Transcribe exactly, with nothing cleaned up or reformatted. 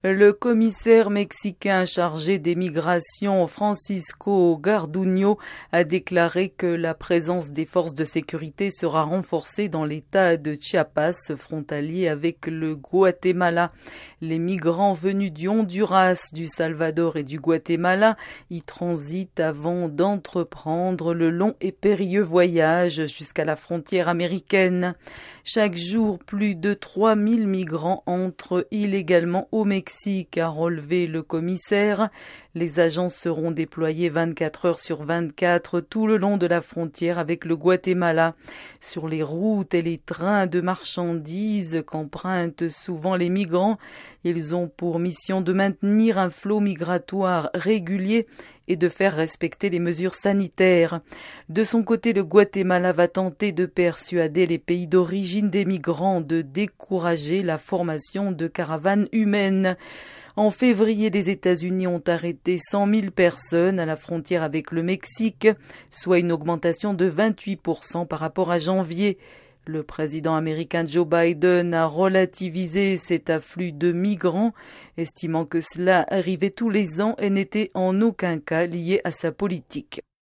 Le commissaire mexicain chargé des migrations, Francisco Garduño, a déclaré que la présence des forces de sécurité sera renforcée dans l'état de Chiapas, frontalier avec le Guatemala. Les migrants venus du Honduras, du Salvador et du Guatemala y transitent avant d'entreprendre le long et périlleux voyage jusqu'à la frontière américaine. Chaque jour, plus de trois mille migrants entrent illégalement au Mexique, a relevé le commissaire. Les agents seront déployés vingt-quatre heures sur vingt-quatre tout le long de la frontière avec le Guatemala. Sur les routes et les trains de marchandises qu'empruntent souvent les migrants, ils ont pour mission de maintenir un flot migratoire régulier et de faire respecter les mesures sanitaires. De son côté, le Guatemala va tenter de persuader les pays d'origine des migrants de décourager la formation de caravanes humaines. En février, les États-Unis ont arrêté cent mille personnes à la frontière avec le Mexique, soit une augmentation de vingt-huit pour cent par rapport à janvier. Le président américain Joe Biden a relativisé cet afflux de migrants, estimant que cela arrivait tous les ans et n'était en aucun cas lié à sa politique.